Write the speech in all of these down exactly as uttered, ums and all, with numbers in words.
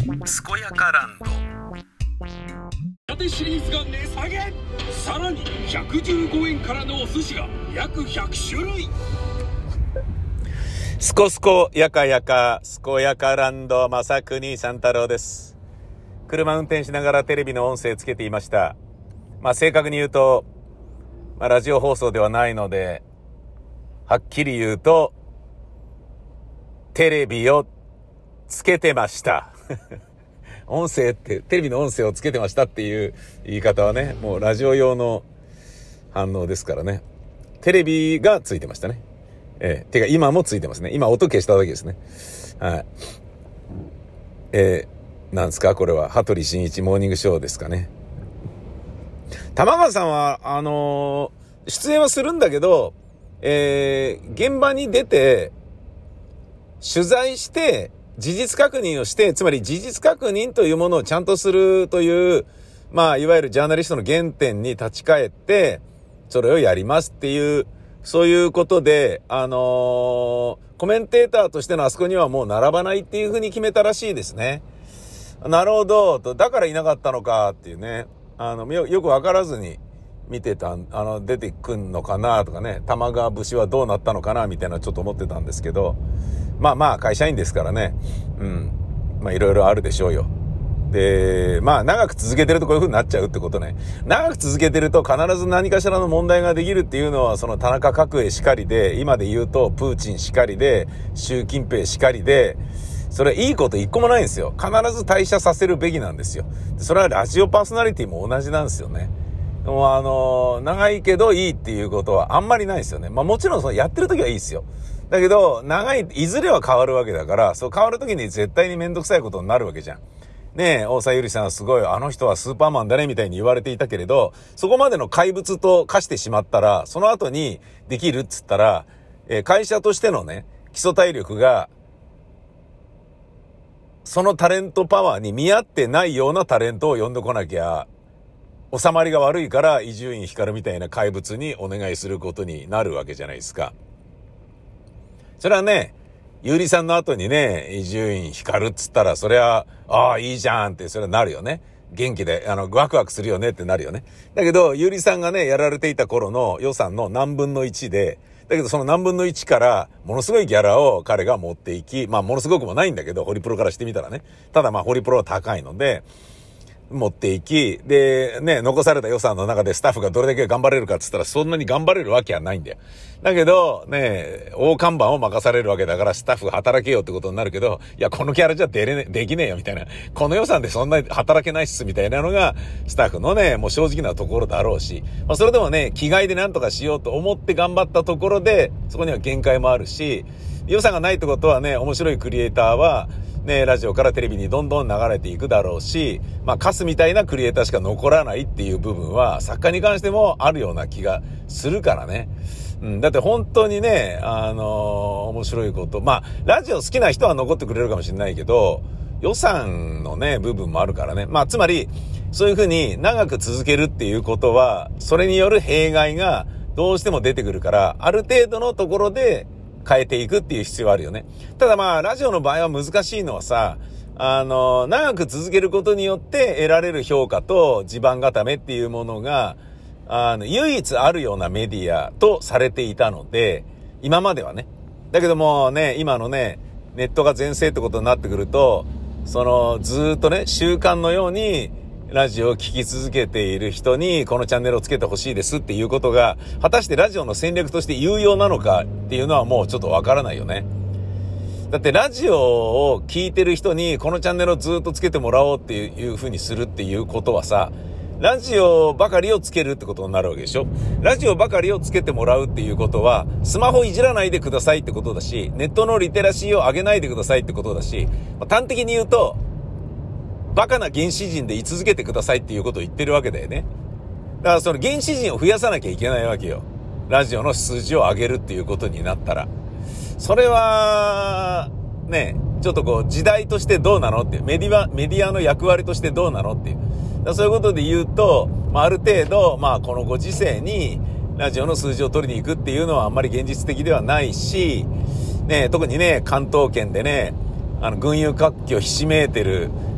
健やかランド。 ホタテシリーズが値下げ。さらにひゃくじゅうごえんからのお寿司が約ひゃくしゅるい。 すこすこやかやか健やかランド、正国三太郎です。車運転しながらテレビの音声つけていました。まあ正確に言うと、まあ、ラジオ放送ではないので、はっきり言うとテレビをつけてました音声ってテレビの音声をつけてましたっていう言い方はね、もうラジオ用の反応ですからね。テレビがついてましたね。えー、てか今もついてますね。今音消しただけですね。はい。えー、なんですかこれは羽鳥慎一モーニングショーですかね。玉川さんはあのー、出演はするんだけど、えー、現場に出て取材して事実確認をして、つまり事実確認というものをちゃんとするという、まあいわゆるジャーナリストの原点に立ち返ってそれをやりますっていう、そういうことで、あのー、コメンテーターとしてのあそこにはもう並ばないっていうふうに決めたらしいですね。なるほどと、だからいなかったのかっていうね、あの よ, よく分からずに見てた、あの出てくんのかなとかね、玉川節はどうなったのかなみたいなちょっと思ってたんですけど、まあまあ会社員ですからね、うんまあいろいろあるでしょうよ。で、まあ長く続けてるとこういう風になっちゃうってことね。長く続けてると必ず何かしらの問題ができるっていうのは、その田中角栄しかりで、今で言うとプーチンしかりで、習近平しかりで、それいいこと一個もないんですよ。必ず退社させるべきなんですよ。それはラジオパーソナリティも同じなんですよね。もうあの長いけどいいっていうことはあんまりないですよね。まあもちろんそのやってる時はいいですよ。だけど長い、いずれは変わるわけだから、そう変わる時に絶対にめんどくさいことになるわけじゃん。ねえ、大沢ゆりさんはすごい、あの人はスーパーマンだねみたいに言われていたけれど、そこまでの怪物と化してしまったら、その後にできるっつったら、えー、会社としてのね、基礎体力が、そのタレントパワーに見合ってないようなタレントを呼んでこなきゃ、収まりが悪いから伊集院光みたいな怪物にお願いすることになるわけじゃないですか。それはね、ゆうりさんの後にね、伊集院光っつったら、それは、ああ、いいじゃんって、それはなるよね。元気で、あの、ワクワクするよねってなるよね。だけど、ゆうりさんがね、やられていた頃の予算の何分のいちで、だけどその何分のいちから、ものすごいギャラを彼が持っていき、まあ、ものすごくもないんだけど、ホリプロからしてみたらね。ただまあ、ホリプロは高いので、持っていき、で、ね、残された予算の中でスタッフがどれだけ頑張れるかって言ったら、そんなに頑張れるわけはないんだよ。だけど、ね、大看板を任されるわけだから、スタッフが働けよってことになるけど、いや、このキャラじゃ出れね、できねえよ、みたいな。この予算でそんなに働けないっす、みたいなのが、スタッフのね、もう正直なところだろうし、まあ、それでもね、気概でなんとかしようと思って頑張ったところで、そこには限界もあるし、予算がないってことはね、面白いクリエイターは、ね、ラジオからテレビにどんどん流れていくだろうし、まあ、カスみたいなクリエイターしか残らないっていう部分は、作家に関してもあるような気がするからね。うん、だって本当にね、あのー、面白いこと。まあ、ラジオ好きな人は残ってくれるかもしれないけど、予算のね、部分もあるからね。まあ、つまり、そういうふうに長く続けるっていうことは、それによる弊害がどうしても出てくるから、ある程度のところで、変えていくっていう必要はあるよね。ただまあラジオの場合は難しいのはさ、あの長く続けることによって得られる評価と地盤固めっていうものがあの唯一あるようなメディアとされていたので、今まではね。だけどもね、今のねネットが全盛ってことになってくると、そのずーっとね習慣のようにラジオを聞き続けている人にこのチャンネルをつけてほしいですっていうことが果たしてラジオの戦略として有用なのかっていうのはもうちょっとわからないよね。だってラジオを聞いてる人にこのチャンネルをずっとつけてもらおうっていう風にするっていうことはさ、ラジオばかりをつけるってことになるわけでしょ。ラジオばかりをつけてもらうっていうことは、スマホいじらないでくださいってことだし、ネットのリテラシーを上げないでくださいってことだし、端的に言うとバカな原始人で居続けてくださいっていうことを言ってるわけだよね。だからその原始人を増やさなきゃいけないわけよ。ラジオの数字を上げるっていうことになったら。それは、ね、ちょっとこう時代としてどうなのっていう、メディア、メディアの役割としてどうなのっていう。だからそういうことで言うと、まあ、ある程度、まあこのご時世にラジオの数字を取りに行くっていうのはあんまり現実的ではないし、ね、特にね、関東圏でね、あの、群雄割拠ひしめいてる、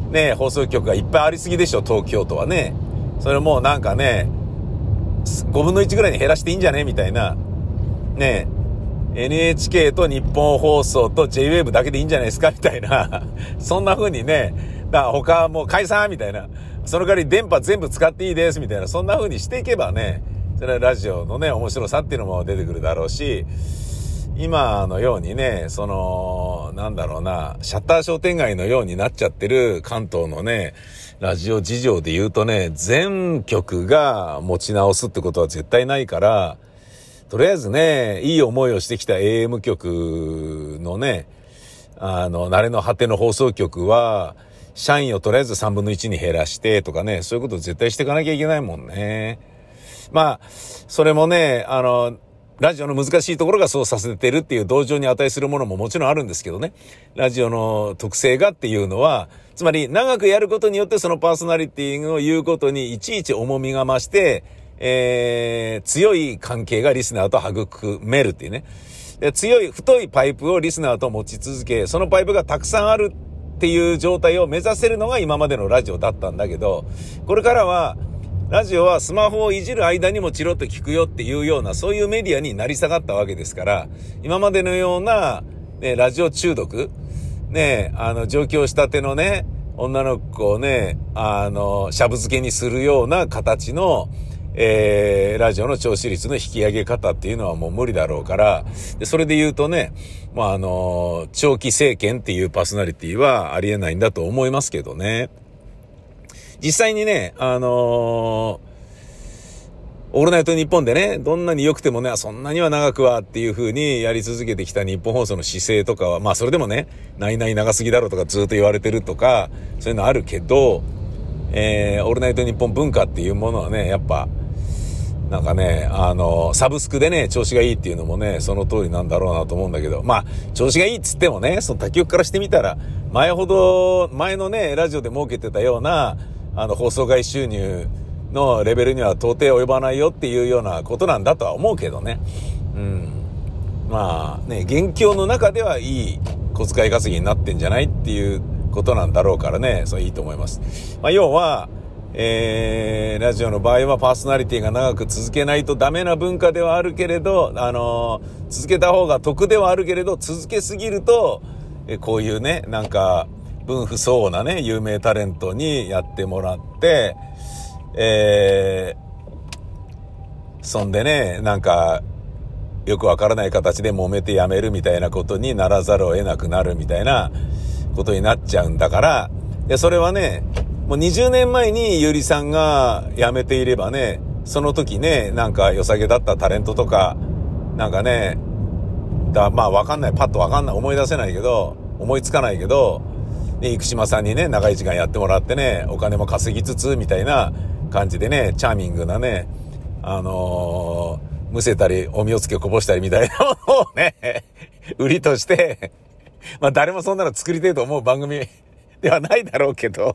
ね、放送局がいっぱいありすぎでしょ、東京都はね。それもうなんかね、ごぶんのいちぐらいに減らしていいんじゃねみたいな。ね、エヌエイチケー と日本放送と ジェイウェーブ だけでいいんじゃないですかみたいな。そんな風にね、だから他もう解散みたいな。その代わり電波全部使っていいですみたいな。そんな風にしていけばね、それはラジオのね、面白さっていうのも出てくるだろうし、今のようにね、その、なんだろうな、シャッター商店街のようになっちゃってる関東のね、ラジオ事情で言うとね、全局が持ち直すってことは絶対ないから、とりあえずね、いい思いをしてきた エーエム 局のね、あの、慣れの果ての放送局は、社員をとりあえずさんぶんのいちに減らしてとかね、そういうことを絶対していかなきゃいけないもんね。まあ、それもね、あの、ラジオの難しいところがそうさせてるっていう同情に値するものももちろんあるんですけどね。ラジオの特性がっていうのは、つまり長くやることによってそのパーソナリティを言うことにいちいち重みが増して、えー、強い関係がリスナーと育めるっていうね。で、強い、太いパイプをリスナーと持ち続け、そのパイプがたくさんあるっていう状態を目指せるのが今までのラジオだったんだけど、これからは、ラジオはスマホをいじる間にもチロッと聞くよっていうような、そういうメディアになり下がったわけですから、今までのような、ね、ラジオ中毒、ね、あの、上京したてのね、女の子をね、あの、しゃぶ漬けにするような形の、えー、ラジオの聴取率の引き上げ方っていうのはもう無理だろうから、で、それで言うとね、まあ、あの、長期政権っていうパーソナリティはありえないんだと思いますけどね。実際にね、あのー、オールナイトニッポンでね、どんなに良くてもね、そんなには長くはっていう風にやり続けてきた日本放送の姿勢とかは、まあそれでもね、ないない長すぎだろうとかずっと言われてるとか、そういうのあるけど、えー、オールナイトニッポン文化っていうものはね、やっぱ、なんかね、あの、サブスクでね、調子がいいっていうのもね、その通りなんだろうなと思うんだけど、まあ、調子がいいっつってもね、その他局からしてみたら、前ほど、前のね、ラジオで儲けてたような、あの、放送外収入のレベルには到底及ばないよっていうようなことなんだとは思うけどね。うん。まあね、現況の中ではいい小遣い稼ぎになってんじゃないっていうことなんだろうからね、それいいと思います。まあ、要は、えー、ラジオの場合はパーソナリティが長く続けないとダメな文化ではあるけれど、あのー、続けた方が得ではあるけれど、続けすぎると、えこういうね、なんか、分不相応なね、有名タレントにやってもらって、えー、そんでね、なんか、よくわからない形で揉めてやめるみたいなことにならざるを得なくなるみたいなことになっちゃうんだから、で、それはね、もうにじゅうねんまえにゆりさんが辞めていればね、その時ね、なんか良さげだったタレントとか、なんかね、だまあわかんない、パッとわかんない、思い出せないけど、思いつかないけど、で、生島さんにね、長い時間やってもらってね、お金も稼ぎつつ、みたいな感じでね、チャーミングなね、あのー、むせたり、おみをつけこぼしたりみたいなものをね、売りとして、まあ誰もそんなの作りたいと思う番組ではないだろうけど、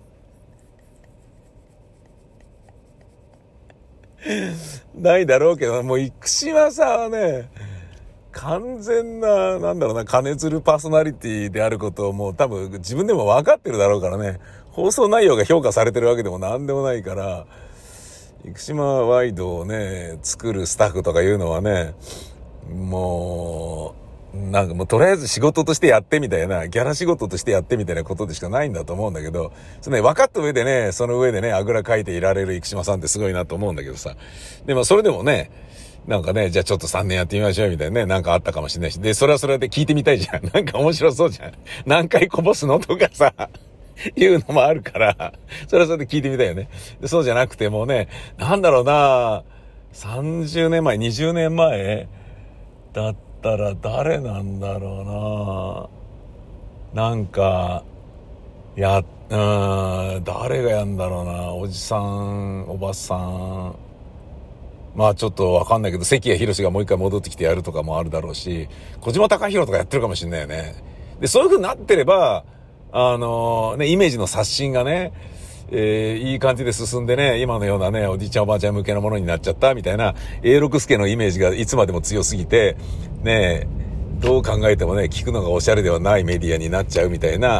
ないだろうけど、もう生島さんはね、完全な、なんだろうな、金づるパーソナリティであることをもう多分自分でも分かってるだろうからね、放送内容が評価されてるわけでもなんでもないから、生島ワイドをね、作るスタッフとかいうのはね、もう、なんかもうとりあえず仕事としてやってみたいな、ギャラ仕事としてやってみたいなことでしかないんだと思うんだけど、そのね、分かった上でね、その上でね、あぐらかいていられる生島さんってすごいなと思うんだけどさ。でもそれでもね、なんかね、じゃあちょっとさんねんやってみましょうみたいなね、なんかあったかもしれないし。で、それはそれで聞いてみたいじゃん。なんか面白そうじゃん。何回こぼすのとかさ、いうのもあるから、それはそれで聞いてみたいよね。で、そうじゃなくてもうね、なんだろうな、さんじゅうねんまえ、にじゅうねんまえだったら誰なんだろうな。なんか、や、うーん、誰がやんだろうな。おじさん、おばさん。まあちょっとわかんないけど、関谷博がもう一回戻ってきてやるとかもあるだろうし、小島貴弘とかやってるかもしれないよね。で、そういう風になってれば、あのー、ね、イメージの刷新がね、えー、いい感じで進んでね、今のようなね、おじいちゃんおばあちゃん向けのものになっちゃったみたいな、永六輔のイメージがいつまでも強すぎて、ね、どう考えてもね、聞くのがおしゃれではないメディアになっちゃうみたいな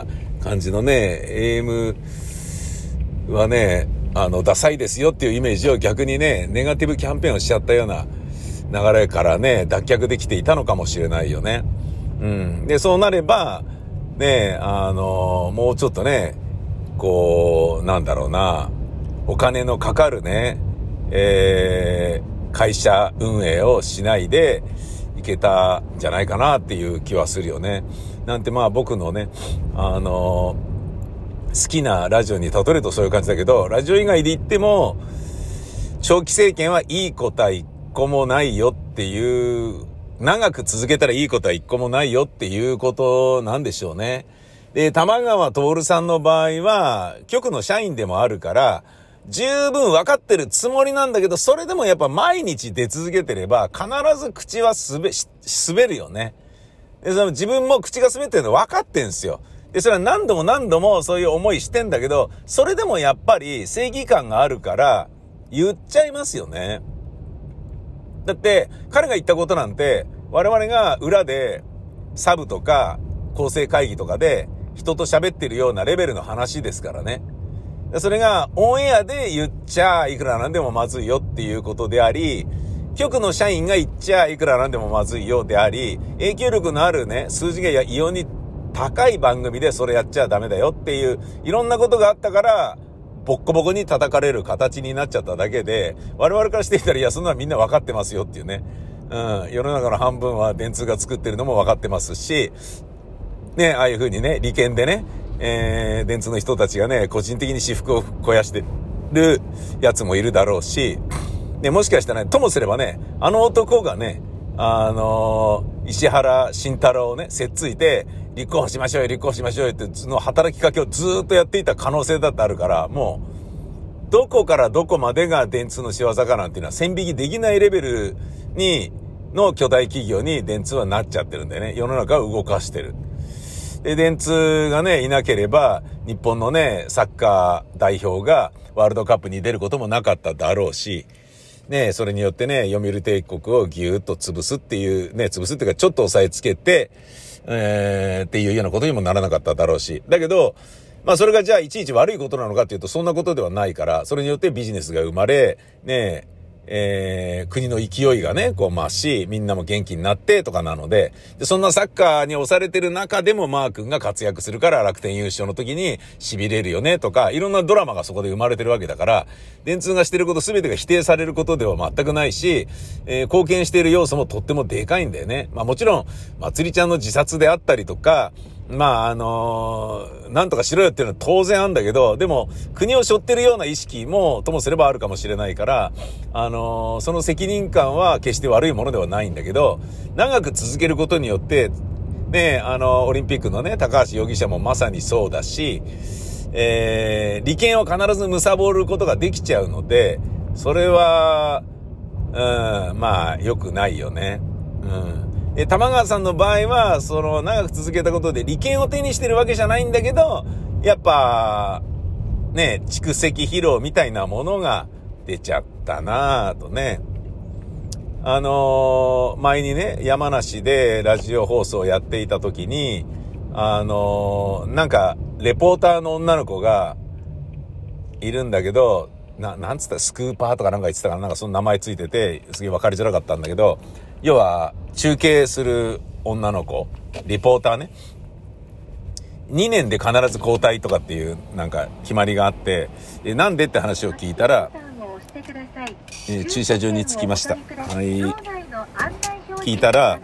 感じのね、エーエム はね、あの、ダサいですよっていうイメージを逆にね、ネガティブキャンペーンをしちゃったような流れからね、脱却できていたのかもしれないよね。うん。で、そうなれば、ね、あの、もうちょっとね、こう、なんだろうな、お金のかかるね、えー、会社運営をしないでいけたんじゃないかなっていう気はするよね。なんてまあ僕のね、あの、好きなラジオに例えるとそういう感じだけど、ラジオ以外で言っても、長期政権はいいことは一個もないよっていう、長く続けたらいいことは一個もないよっていうことなんでしょうね。で、玉川徹さんの場合は、局の社員でもあるから、十分分かってるつもりなんだけど、それでもやっぱ毎日出続けてれば、必ず口は滑、滑るよね。で、その自分も口が滑ってるの分かってんすよ。で、それは何度も何度もそういう思いしてんだけど、それでもやっぱり正義感があるから、言っちゃいますよね。だって、彼が言ったことなんて、我々が裏で、サブとか、構成会議とかで、人と喋ってるようなレベルの話ですからね。それがオンエアで言っちゃいくらなんでもまずいよっていうことであり、局の社員が言っちゃいくらなんでもまずいよであり、影響力のあるね、数字が異様に高い番組でそれやっちゃダメだよっていう、いろんなことがあったから、ボッコボコに叩かれる形になっちゃっただけで、我々からしていたら、いや、そんなのみんな分かってますよっていうね。うん、世の中の半分は電通が作ってるのも分かってますし、ね、ああいう風にね、利権でね、えー、電通の人たちがね、個人的に私腹を肥やしてるやつもいるだろうし、ね、もしかしたらね、ともすればね、あの男がね、あのー、石原慎太郎をね、せっついて、立候補しましょうよ、立候補しましょうよって、その働きかけをずーっとやっていた可能性だってあるから、もう、どこからどこまでが電通の仕業かなんていうのは線引きできないレベルに、の巨大企業に電通はなっちゃってるんでね、世の中を動かしてる。で、電通がね、いなければ、日本のね、サッカー代表がワールドカップに出ることもなかっただろうし、ね、それによってね、読売帝国をギューッと潰すっていう、ね、潰すっていうかちょっと押さえつけて、えー、っていうようなことにもならなかっただろうし。だけど、まあそれがじゃあいちいち悪いことなのかっていうとそんなことではないから、それによってビジネスが生まれ、ね、えー、国の勢いがね、こう増し、みんなも元気になってとかなので、で、そんなサッカーに押されてる中でもマー君が活躍するから楽天優勝の時に痺れるよねとか、いろんなドラマがそこで生まれてるわけだから、電通がしてること全てが否定されることでは全くないし、えー、貢献している要素もとってもでかいんだよね。まあもちろん、まつりちゃんの自殺であったりとか、まああのー、なんとかしろよっていうのは当然あるんだけど、でも国を背負ってるような意識もともすればあるかもしれないから、あのー、その責任感は決して悪いものではないんだけど、長く続けることによってね、あのー、オリンピックのね高橋容疑者もまさにそうだし、えー、利権を必ず貪ることができちゃうので、それはうんまあ良くないよね。うんで、玉川さんの場合は、その、長く続けたことで利権を手にしてるわけじゃないんだけど、やっぱ、ね、蓄積疲労みたいなものが出ちゃったなぁとね。あのー、前にね、山梨でラジオ放送をやっていた時に、あのー、なんか、レポーターの女の子がいるんだけど、な、なんつったスクーパーとかなんか言ってたから、なんかその名前ついてて、すげえ分かりづらかったんだけど、要は、中継する女の子、リポーターね。にねんで必ず交代とかっていう、なんか、決まりがあって、え、なんでって話を聞いたら、えー、駐車場に着きました。はい。聞いたら、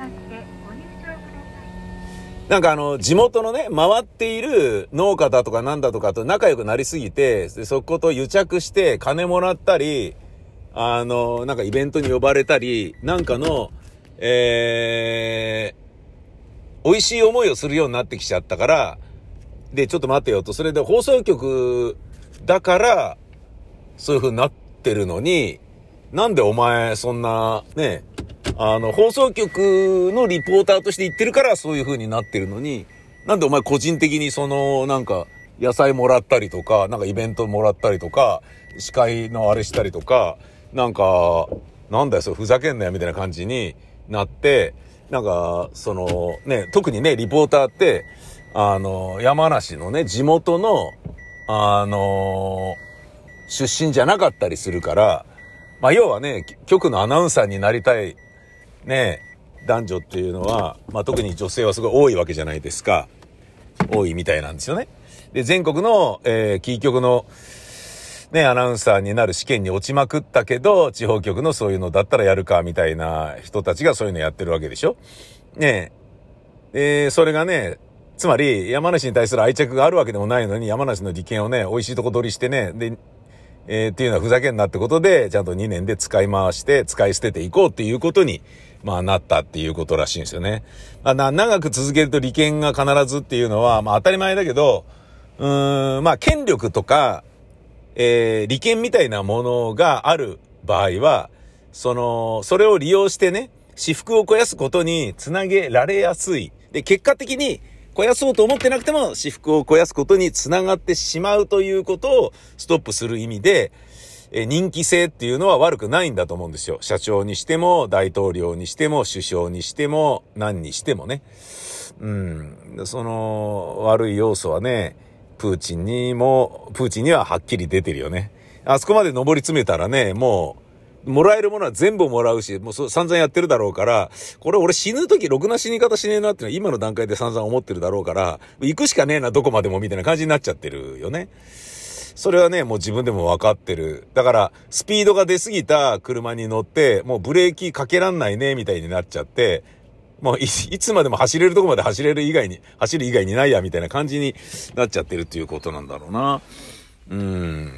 なんかあの、地元のね、回っている農家だとかなんだとかと仲良くなりすぎて、でそこと癒着して金もらったり、あの、なんかイベントに呼ばれたり、なんかの、えー、美味しい思いをするようになってきちゃったから、で、ちょっと待ってよと、それで放送局だから、そういう風になってるのに、なんでお前そんな、ね、あの、放送局のリポーターとして言ってるからそういう風になってるのに、なんでお前個人的にその、なんか、野菜もらったりとか、なんかイベントもらったりとか、司会のあれしたりとか、なんか、なんだよ、それふざけんなよみたいな感じになって、なんか、その、ね、特にね、リポーターって、 あの、山梨のね、地元の、あの、出身じゃなかったりするから、まあ、要はね、局のアナウンサーになりたい、ね、男女っていうのは、まあ、特に女性はすごい多いわけじゃないですか。多いみたいなんですよね。で、全国の、えー、キー局の、ね、アナウンサーになる試験に落ちまくったけど、地方局のそういうのだったらやるか、みたいな人たちがそういうのやってるわけでしょ。ねえ。で、それがね、つまり、山梨に対する愛着があるわけでもないのに、山梨の利権をね、美味しいとこ取りしてね、で、えー、っていうのはふざけんなってことで、ちゃんとにねんで使い回して、使い捨てていこうっていうことに、まあなったっていうことらしいんですよね。まあな、長く続けると利権が必ずっていうのは、まあ当たり前だけど、うーん、まあ権力とか、えー、利権みたいなものがある場合は、その、それを利用してね、私腹を肥やすことにつなげられやすい。で、結果的に肥やそうと思ってなくても私腹を肥やすことにつながってしまうということをストップする意味で、えー、人気性っていうのは悪くないんだと思うんですよ。社長にしても、大統領にしても、首相にしても、何にしてもね。うん。その、悪い要素はね、プーチンにも、プーチンにははっきり出てるよね。あそこまで上り詰めたらね、もう、もらえるものは全部もらうし、もうそ散々やってるだろうから、これ俺死ぬ時ろくな死に方しねえなっていうのは今の段階で散々思ってるだろうから、行くしかねえな、どこまでもみたいな感じになっちゃってるよね。それはね、もう自分でも分かってる。だから、スピードが出過ぎた車に乗って、もうブレーキかけらんないね、みたいになっちゃって、もうい、いつまでも走れるとこまで走れる以外に、走る以外にないや、みたいな感じになっちゃってるっていうことなんだろうな。うん。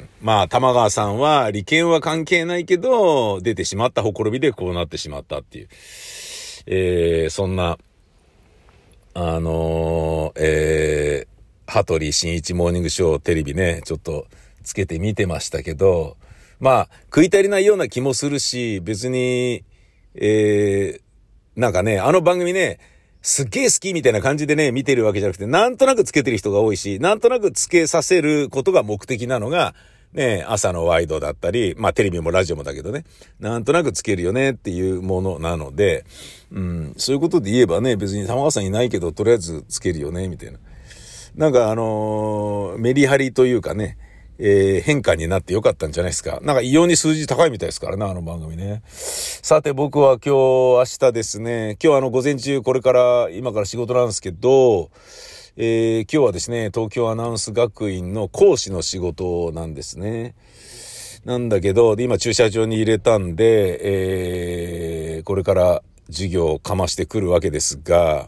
まあ、玉川さんは、利権は関係ないけど、出てしまったほころびでこうなってしまったっていう。えー、そんな、あのー、えー、羽鳥慎一モーニングショーテレビね、ちょっとつけて見てましたけど、まあ、食い足りないような気もするし、別に、えー、なんかね、あの番組ね、すっげえ好きみたいな感じでね、見てるわけじゃなくて、なんとなくつけてる人が多いし、なんとなくつけさせることが目的なのが、ね、朝のワイドだったり、まあテレビもラジオもだけどね、なんとなくつけるよねっていうものなので、うん、そういうことで言えばね、別に玉川さんいないけど、とりあえずつけるよね、みたいな。なんかあのー、メリハリというかね、えー、変化になってよかったんじゃないですか。なんか異様に数字高いみたいですからね、あの番組ね。さて僕は今日、明日ですね、今日あの午前中これから今から仕事なんですけど、えー、今日はですね、東京アナウンス学院の講師の仕事なんですね。なんだけど、今駐車場に入れたんで、えー、これから授業をかましてくるわけですが、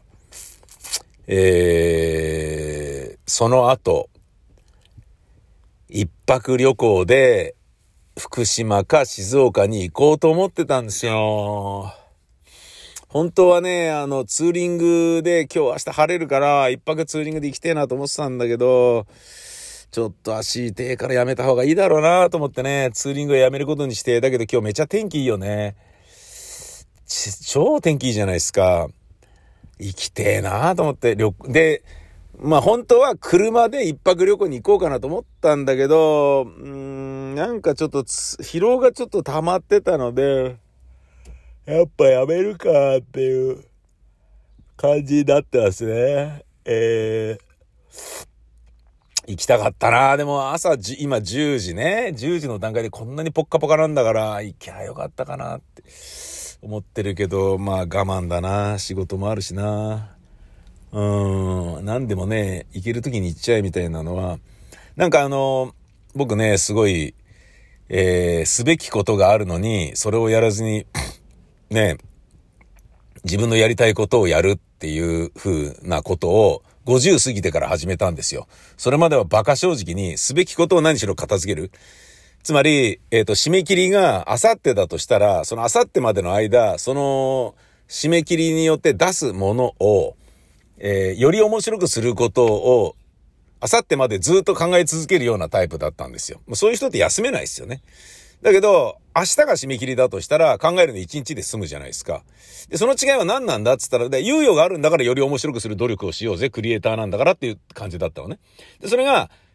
えー、その後、一泊旅行で福島か静岡に行こうと思ってたんですよ。本当はね、あの、ツーリングで今日明日晴れるから、一泊ツーリングで行きたいなと思ってたんだけど、ちょっと足痛いからやめた方がいいだろうなと思ってね、ツーリングをやめることにして、だけど今日めっちゃ天気いいよね。超天気いいじゃないですか。行きてえなと思って、で、まあ本当は車で一泊旅行に行こうかなと思ったんだけど、うーん、なんかちょっと疲労がちょっと溜まってたので、やっぱやめるかっていう感じになってますね。えー、行きたかったな。でも朝じ今じゅうじね、じゅうじの段階でこんなにポッカポカなんだから行きゃよかったかなって思ってるけど、まあ我慢だな。仕事もあるしな。うーん、なんでもね、行ける時に行っちゃえみたいなのは、なんかあの、僕ね、すごい、えー、すべきことがあるのに、それをやらずに、ね、自分のやりたいことをやるっていう風なことを、ごじゅう過ぎてから始めたんですよ。それまでは馬鹿正直に、すべきことを何しろ片付ける。つまり、えっと、締め切りがあさってだとしたら、そのあさってまでの間、その、締め切りによって出すものを、えー、より面白くすることを、あさってまでずっと考え続けるようなタイプだったんですよ。そういう人って休めないですよね。だけど、明日が締め切りだとしたら考えるのいちにちで済むじゃないですか。で、その違いは何なんだって言ったら、で猶予があるんだからより面白くする努力をしようぜ、クリエイターなんだからっていう感じだったのね。で、それが、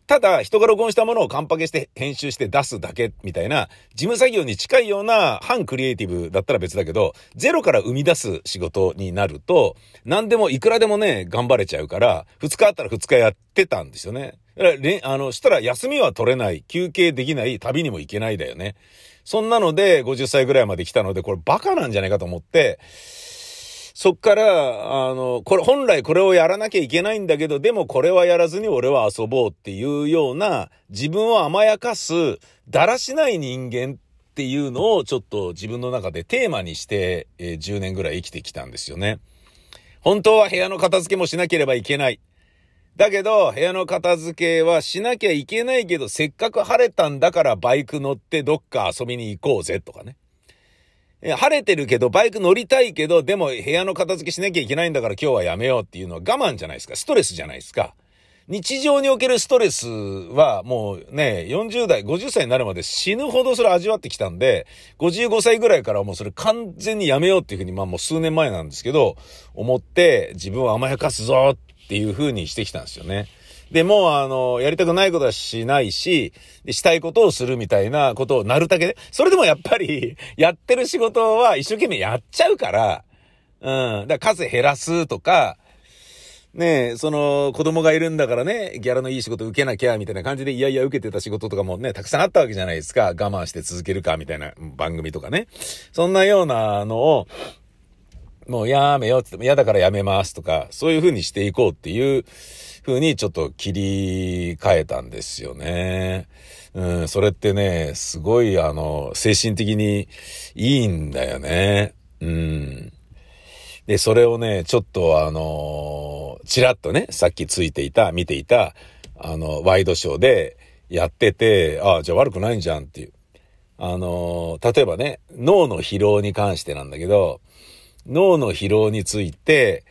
ただ人が録音したものをカンパケして編集して出すだけみたいな事務作業に近いような反クリエイティブだったら別だけど、ゼロから生み出す仕事になると何でもいくらでもね頑張れちゃうから、ふつかあったらふつかやってたんですよね。だからあのしたら休みは取れない、休憩できない、旅にも行けないだよね。そんなのでごじゅっさいぐらいまで来たので、これバカなんじゃないかと思って、そっから、あの、これ、本来これをやらなきゃいけないんだけど、でもこれはやらずに俺は遊ぼうっていうような、自分を甘やかす、だらしない人間っていうのをちょっと自分の中でテーマにして、えー、じゅうねんぐらい生きてきたんですよね。本当は部屋の片付けもしなければいけない。だけど、部屋の片付けはしなきゃいけないけど、せっかく晴れたんだからバイク乗ってどっか遊びに行こうぜとかね。晴れてるけどバイク乗りたいけど、でも部屋の片付けしなきゃいけないんだから今日はやめようっていうのは我慢じゃないですか。ストレスじゃないですか。日常におけるストレスはもうね、よんじゅう代、ごじゅっさいになるまで死ぬほどそれ味わってきたんで、ごじゅうごさいぐらいからもうそれ完全にやめようっていうふうに、まあもう数年前なんですけど、思って自分を甘やかすぞっていうふうにしてきたんですよね。で、もうあの、やりたくないことはしないし、したいことをするみたいなことをなるだけで、それでもやっぱり、やってる仕事は一生懸命やっちゃうから、うん、だから数減らすとか、ねえ、その、子供がいるんだからね、ギャラのいい仕事受けなきゃ、みたいな感じで、いやいや受けてた仕事とかもね、たくさんあったわけじゃないですか。我慢して続けるか、みたいな番組とかね。そんなようなのを、もうやめようって言っても嫌だからやめますとか、そういう風にしていこうっていう風にちょっと切り替えたんですよね。うん、それってね、すごいあの、精神的にいいんだよね。うん。で、それをね、ちょっとあの、ちらっとね、さっきついていた、見ていた、あの、ワイドショーでやってて、ああ、じゃあ悪くないんじゃんっていう。あの、例えばね、脳の疲労に関してなんだけど、脳の疲労について、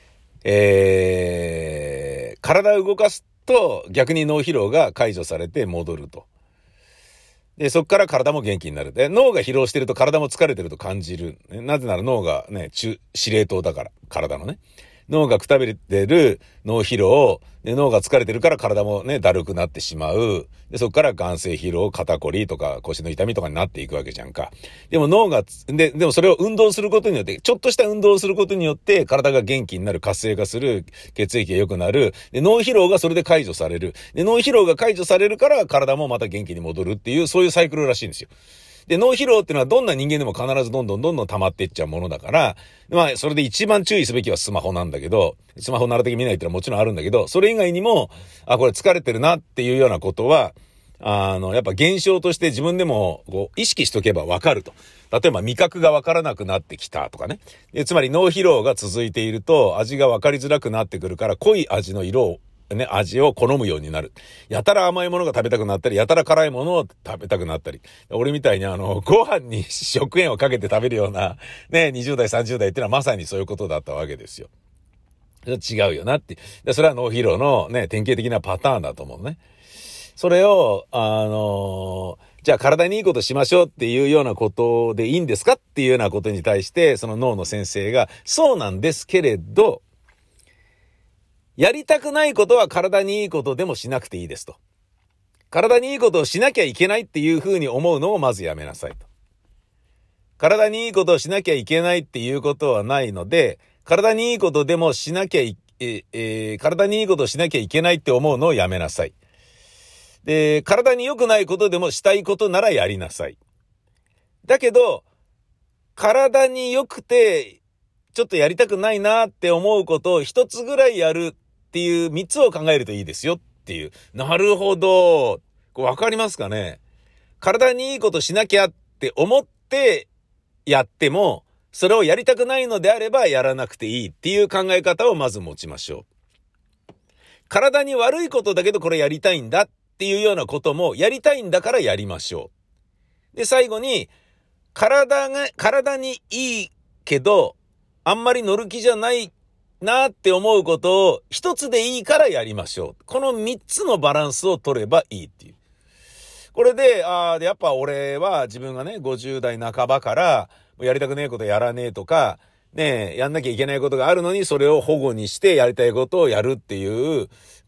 えー、体を動かすと逆に脳疲労が解除されて戻ると。で、そこから体も元気になる。で、脳が疲労してると体も疲れてると感じる。なぜなら脳がね、中、司令塔だから、体のね。脳がくたびれてる脳疲労、で脳が疲れてるから体もね、だるくなってしまう。で、そこから眼性疲労、肩こりとか腰の痛みとかになっていくわけじゃんか。でも脳が、で、でもそれを運動することによって、ちょっとした運動をすることによって体が元気になる、活性化する、血液が良くなる。で、脳疲労がそれで解除される。で、脳疲労が解除されるから体もまた元気に戻るっていう、そういうサイクルらしいんですよ。で、脳疲労っていうのはどんな人間でも必ずどんどんどんどん溜まっていっちゃうものだから、まあ、それで一番注意すべきはスマホなんだけど、スマホなるだけ見ないっていうのはもちろんあるんだけど、それ以外にも、あ、これ疲れてるなっていうようなことは、あの、やっぱ現象として自分でもこう意識しとけばわかると。例えば味覚がわからなくなってきたとかね。で、つまり脳疲労が続いていると味がわかりづらくなってくるから、濃い味の色をね、味を好むようになる。やたら甘いものが食べたくなったり、やたら辛いものを食べたくなったり。俺みたいにあの、ご飯に食塩をかけて食べるような、ね、にじゅう代、さんじゅう代っていうのはまさにそういうことだったわけですよ。違うよなって。で、それは脳疲労のね、典型的なパターンだと思うね。それを、あのー、じゃあ体にいいことしましょうっていうようなことでいいんですかっていうようなことに対して、その脳の先生が、そうなんですけれど、やりたくないことは体にいいことでもしなくていいですと。体にいいことをしなきゃいけないっていうふうに思うのをまずやめなさいと。体にいいことをしなきゃいけないっていうことはないので、体にいいことでもしなきゃい、ええー、体にいいことをしなきゃいけないって思うのをやめなさい。で、体に良くないことでもしたいことならやりなさい。だけど、体に良くて、ちょっとやりたくないなって思うことを一つぐらいやるっていう三つを考えるといいですよっていう。なるほど。これわかりますかね？体にいいことしなきゃって思ってやっても、それをやりたくないのであればやらなくていいっていう考え方をまず持ちましょう。体に悪いことだけどこれやりたいんだっていうようなこともやりたいんだからやりましょう。で、最後に、体が、体にいいけど、あんまり乗る気じゃないなって思うことを一つでいいからやりましょう。この三つのバランスを取ればいいっていう。これで、ああ、やっぱ俺は自分がね、ごじゅう代半ばから、やりたくねえことやらねえとか、ねえ、やんなきゃいけないことがあるのに、それを保護にしてやりたいことをやるっていう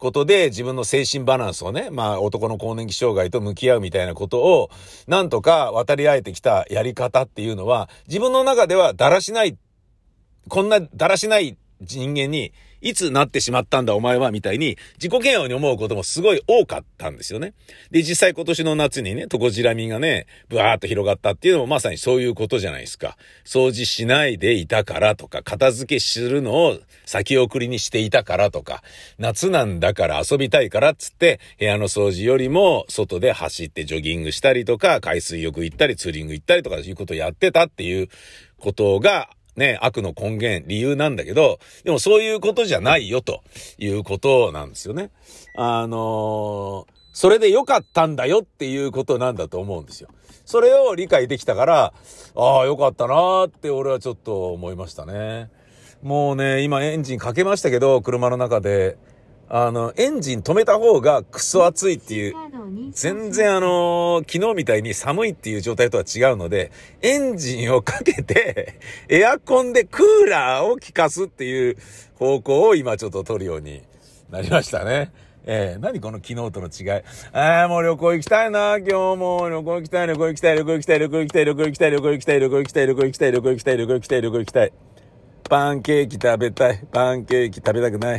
ことで自分の精神バランスをね、まあ男の更年期障害と向き合うみたいなことをなんとか渡り合えてきたやり方っていうのは自分の中ではだらしない、こんなだらしない人間にいつなってしまったんだお前はみたいに自己嫌悪に思うこともすごい多かったんですよね。で、実際今年の夏にね、トコジラミがね、ブワーっと広がったっていうのもまさにそういうことじゃないですか。掃除しないでいたからとか、片付けするのを先送りにしていたからとか、夏なんだから遊びたいからっつって部屋の掃除よりも外で走ってジョギングしたりとか、海水浴行ったりツーリング行ったりとかいうことをやってたっていうことがね、悪の根源、理由なんだけど、でもそういうことじゃないよということなんですよね。あのー、それで良かったんだよっていうことなんだと思うんですよ。それを理解できたから、ああ、良かったなーって俺はちょっと思いましたね。もうね、今エンジンかけましたけど、車の中で、あの、エンジン止めた方がクソ暑いっていう、全然あのー、昨日みたいに寒いっていう状態とは違うので、エンジンをかけて、エアコンでクーラーを効かすっていう方向を今ちょっと取るようになりましたね。えー、何この昨日との違い。あーもう旅行行きたいな、今日も旅行行きたい、旅行行きたい、旅行行きたい、旅行行きたい、旅行行きたい、旅行行きたい、旅行行きたい、旅行行きたい、旅行行きたい、旅行行きたい、旅行行きたい。パンケーキ食べたい、パンケーキ食べたくない。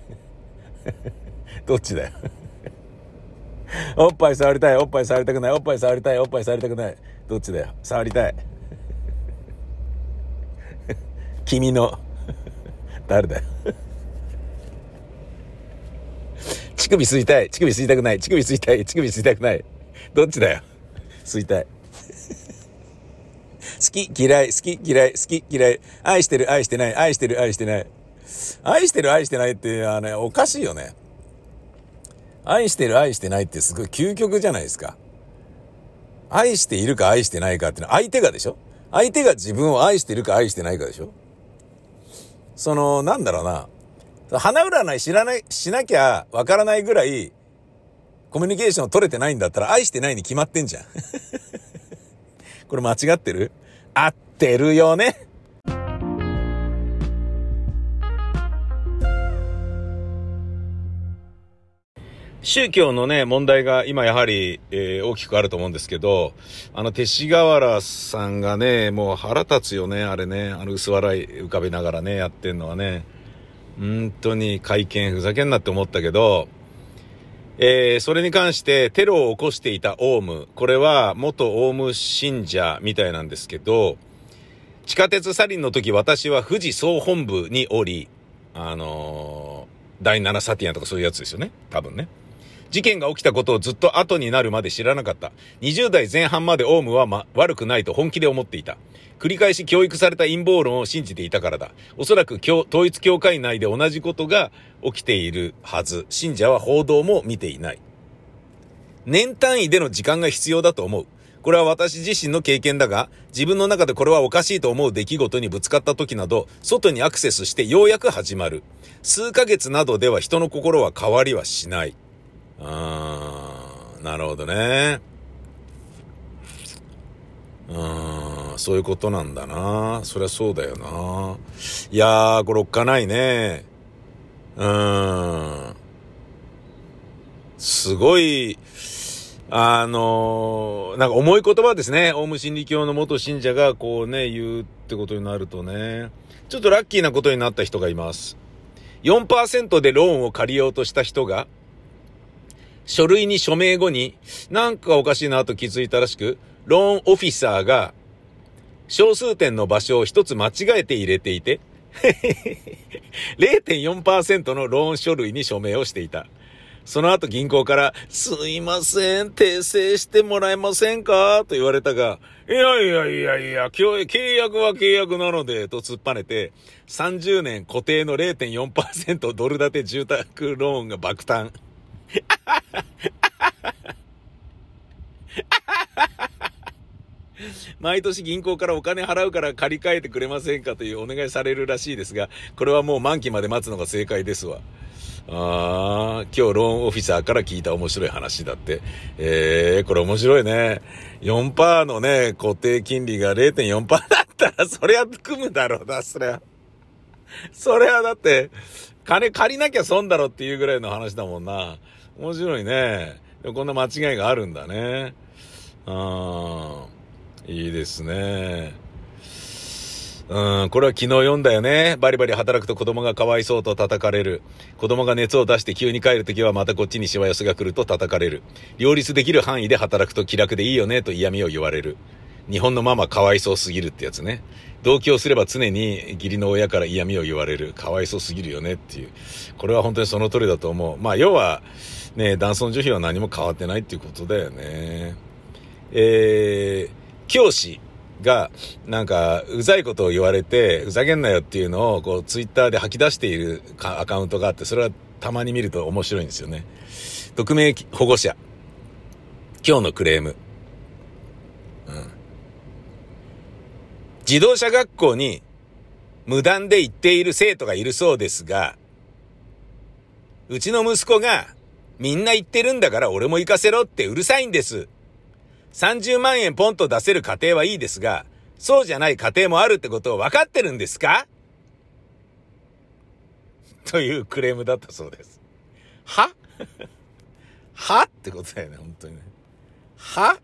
どっちだよ。おっぱい触りたい、おっぱい触りたくない、おっぱい触りたい、おっぱい触りたくない。どっちだよ。触りたい。君の誰だよ。乳首吸いたい、乳首吸いたくない、乳首吸いたい、乳首吸いたくない。どっちだよ。吸いたい。好き嫌い、好き嫌い、好き嫌い。愛してる、愛してない、愛してる、愛してない。愛してる愛してないってあのおかしいよね。愛してる愛してないってすごい究極じゃないですか。愛しているか愛してないかってのは相手がでしょ。相手が自分を愛してるか愛してないかでしょ。そのなんだろうな、花占い知らないしなきゃわからないぐらいコミュニケーション取れてないんだったら愛してないに決まってんじゃん。これ間違ってる？合ってるよね。宗教のね、問題が今やはり、えー、大きくあると思うんですけど、あの、勅使河原さんがね、もう腹立つよね、あれね、あの薄笑い浮かべながらね、やってんのはね、本当に会見ふざけんなって思ったけど、えー、それに関してテロを起こしていたオウム、これは元オウム信者みたいなんですけど、地下鉄サリンの時私は富士総本部におり、あのー、第七サティアンとかそういうやつですよね、多分ね。事件が起きたことをずっと後になるまで知らなかった。にじゅう代前半までオウムは、ま、悪くないと本気で思っていた。繰り返し教育された陰謀論を信じていたからだ。おそらく統一教会内で同じことが起きているはず。信者は報道も見ていない。年単位での時間が必要だと思う。これは私自身の経験だが、自分の中でこれはおかしいと思う出来事にぶつかった時など、外にアクセスしてようやく始まる。数ヶ月などでは人の心は変わりはしない。あー、なるほどね。うーん、そういうことなんだな。そりゃそうだよな。いやー、これおっかないね。うーん。すごい、あのー、なんか重い言葉ですね。オウム真理教の元信者がこうね、言うってことになるとね。ちょっとラッキーなことになった人がいます。よんパーセント でローンを借りようとした人が、書類に署名後になんかおかしいなと気づいたらしく、ローンオフィサーが小数点の場所を一つ間違えて入れていてれいてんよんパーセント のローン書類に署名をしていた。その後銀行からすいません訂正してもらえませんかと言われたが、いやいやいやいや契約は契約なのでと突っぱねてさんじゅうねん固定の れいてんよんパーセント ドル建て住宅ローンが爆誕。毎年銀行からお金払うから借り換えてくれませんかというお願いされるらしいですが、これはもう満期まで待つのが正解ですわ。あー、今日ローンオフィサーから聞いた面白い話だって。えー、これ面白いね。よんパーセント のね、固定金利が れいてんよんパーセント だったら、そりゃ組むだろうな、そりゃ。それはだって、 金借りなきゃ損だろっていうぐらいの話だもんな。面白いね。でもこんな間違いがあるんだね。あー、いいですね。うん、これは昨日読んだよね。バリバリ働くと子供がかわいそうと叩かれる。子供が熱を出して急に帰るときはまたこっちにしわ寄せが来ると叩かれる。両立できる範囲で働くと気楽でいいよねと嫌味を言われる。日本のママかわいそうすぎるってやつね。同居をすれば常に義理の親から嫌味を言われる。かわいそうすぎるよねっていう。これは本当にその通りだと思う。まあ要はね、男尊女卑は何も変わってないっていうことだよね。えー、教師がなんかうざいことを言われてふざけんなよっていうのをこうツイッターで吐き出しているアカウントがあって、それはたまに見ると面白いんですよね。匿名保護者、今日のクレーム、うん、自動車学校に無断で行っている生徒がいるそうですが、うちの息子がみんな行ってるんだから俺も行かせろってうるさいんです。さんじゅうまんえんポンと出せる家庭はいいですが、そうじゃない家庭もあるってことを分かってるんですかというクレームだったそうです。ははってことだよね、本当にね。は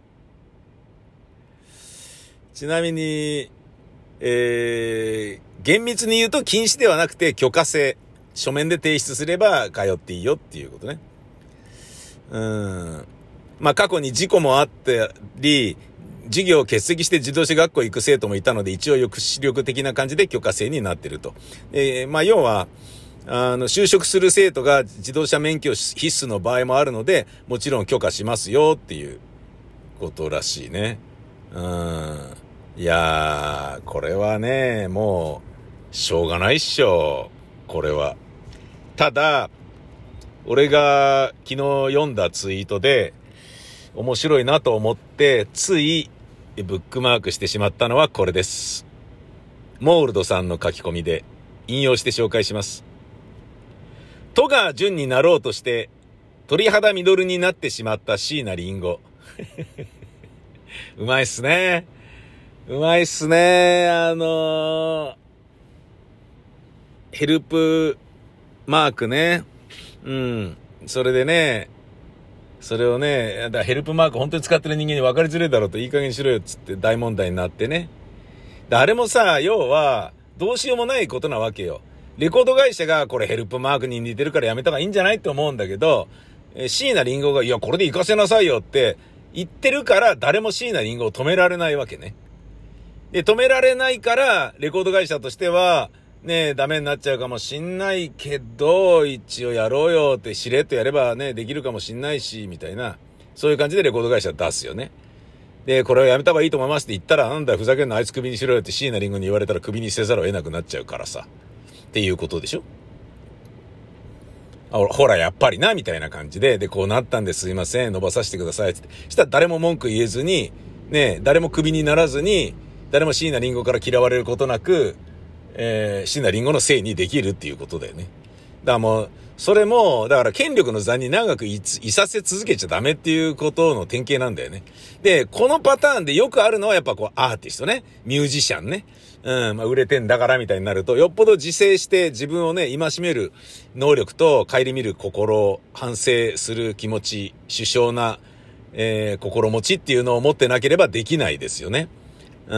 ちなみに、えー、厳密に言うと禁止ではなくて許可制。書面で提出すれば通っていいよっていうことね。うーん。まあ過去に事故もあったり、授業を欠席して自動車学校行く生徒もいたので、一応抑止力的な感じで許可制になっていると。えー、まあ要は、あの、就職する生徒が自動車免許必須の場合もあるので、もちろん許可しますよっていうことらしいね。うーん。いやー、これはね、もう、しょうがないっしょ。これは。ただ、俺が昨日読んだツイートで、面白いなと思って、ついブックマークしてしまったのはこれです。モールドさんの書き込みで、引用して紹介します。戸川純になろうとして、鳥肌ミドルになってしまった椎名林檎。うまいっすね。うまいっすね。あのー、ヘルプマークね。うん。それでね、それをね、だからヘルプマーク本当に使ってる人間に分かりづれえだろうといい加減にしろよっつって大問題になってね。であれもさ、要は、どうしようもないことなわけよ。レコード会社がこれヘルプマークに似てるからやめた方がいいんじゃないって思うんだけど、えー、椎名林檎が、いや、これで行かせなさいよって言ってるから誰も椎名林檎を止められないわけね。で、止められないから、レコード会社としては、ねえ、ダメになっちゃうかもしんないけど、一応やろうよってしれっとやればね、できるかもしんないし、みたいな。そういう感じでレコード会社出すよね。で、これはやめた方がいいと思いますって言ったら、なんだよ、ふざけんな、あいつクビにしろよって椎名林檎に言われたらクビにせざるを得なくなっちゃうからさ。っていうことでしょ。あ、ほら、やっぱりな、みたいな感じで、で、こうなったんですいません、伸ばさせてくださいって。したら誰も文句言えずに、ね、誰もクビにならずに、誰も椎名林檎から嫌われることなく、えー、椎名林檎のせいにできるっていうことだよね。だからもう、それも、だから権力の座に長くい、いさせ続けちゃダメっていうことの典型なんだよね。で、このパターンでよくあるのはやっぱこうアーティストね、ミュージシャンね。うん、まあ売れてんだからみたいになると、よっぽど自制して自分をね、戒める能力と顧みる心、反省する気持ち、殊勝な、えー、心持ちっていうのを持ってなければできないですよね。うん、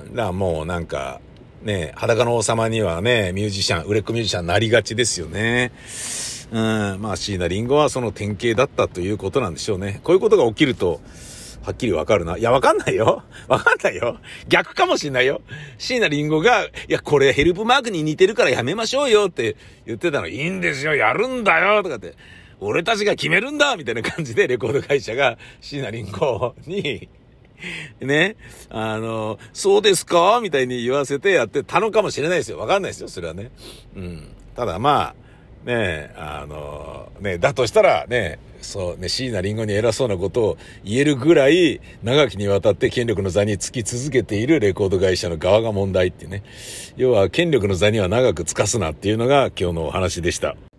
だからもうなんか、ね、裸の王様にはね、ミュージシャン、売れっ子ミュージシャンになりがちですよね。うん、まあ椎名林檎はその典型だったということなんでしょうね。こういうことが起きると、はっきりわかるな。いや、わかんないよ。わかんないよ。逆かもしんないよ。椎名林檎が、いや、これヘルプマークに似てるからやめましょうよって言ってたの。いいんですよ、やるんだよとかって。俺たちが決めるんだみたいな感じでレコード会社が椎名林檎に、ね、あの、そうですかみたいに言わせてやってたのかもしれないですよ。わかんないですよ、それはね。うん。ただまあ、ね、あの、ね、だとしたらね、そうね、椎名林檎に偉そうなことを言えるぐらい長きにわたって権力の座につき続けているレコード会社の側が問題っていうね。要は権力の座には長くつかすなっていうのが今日のお話でした。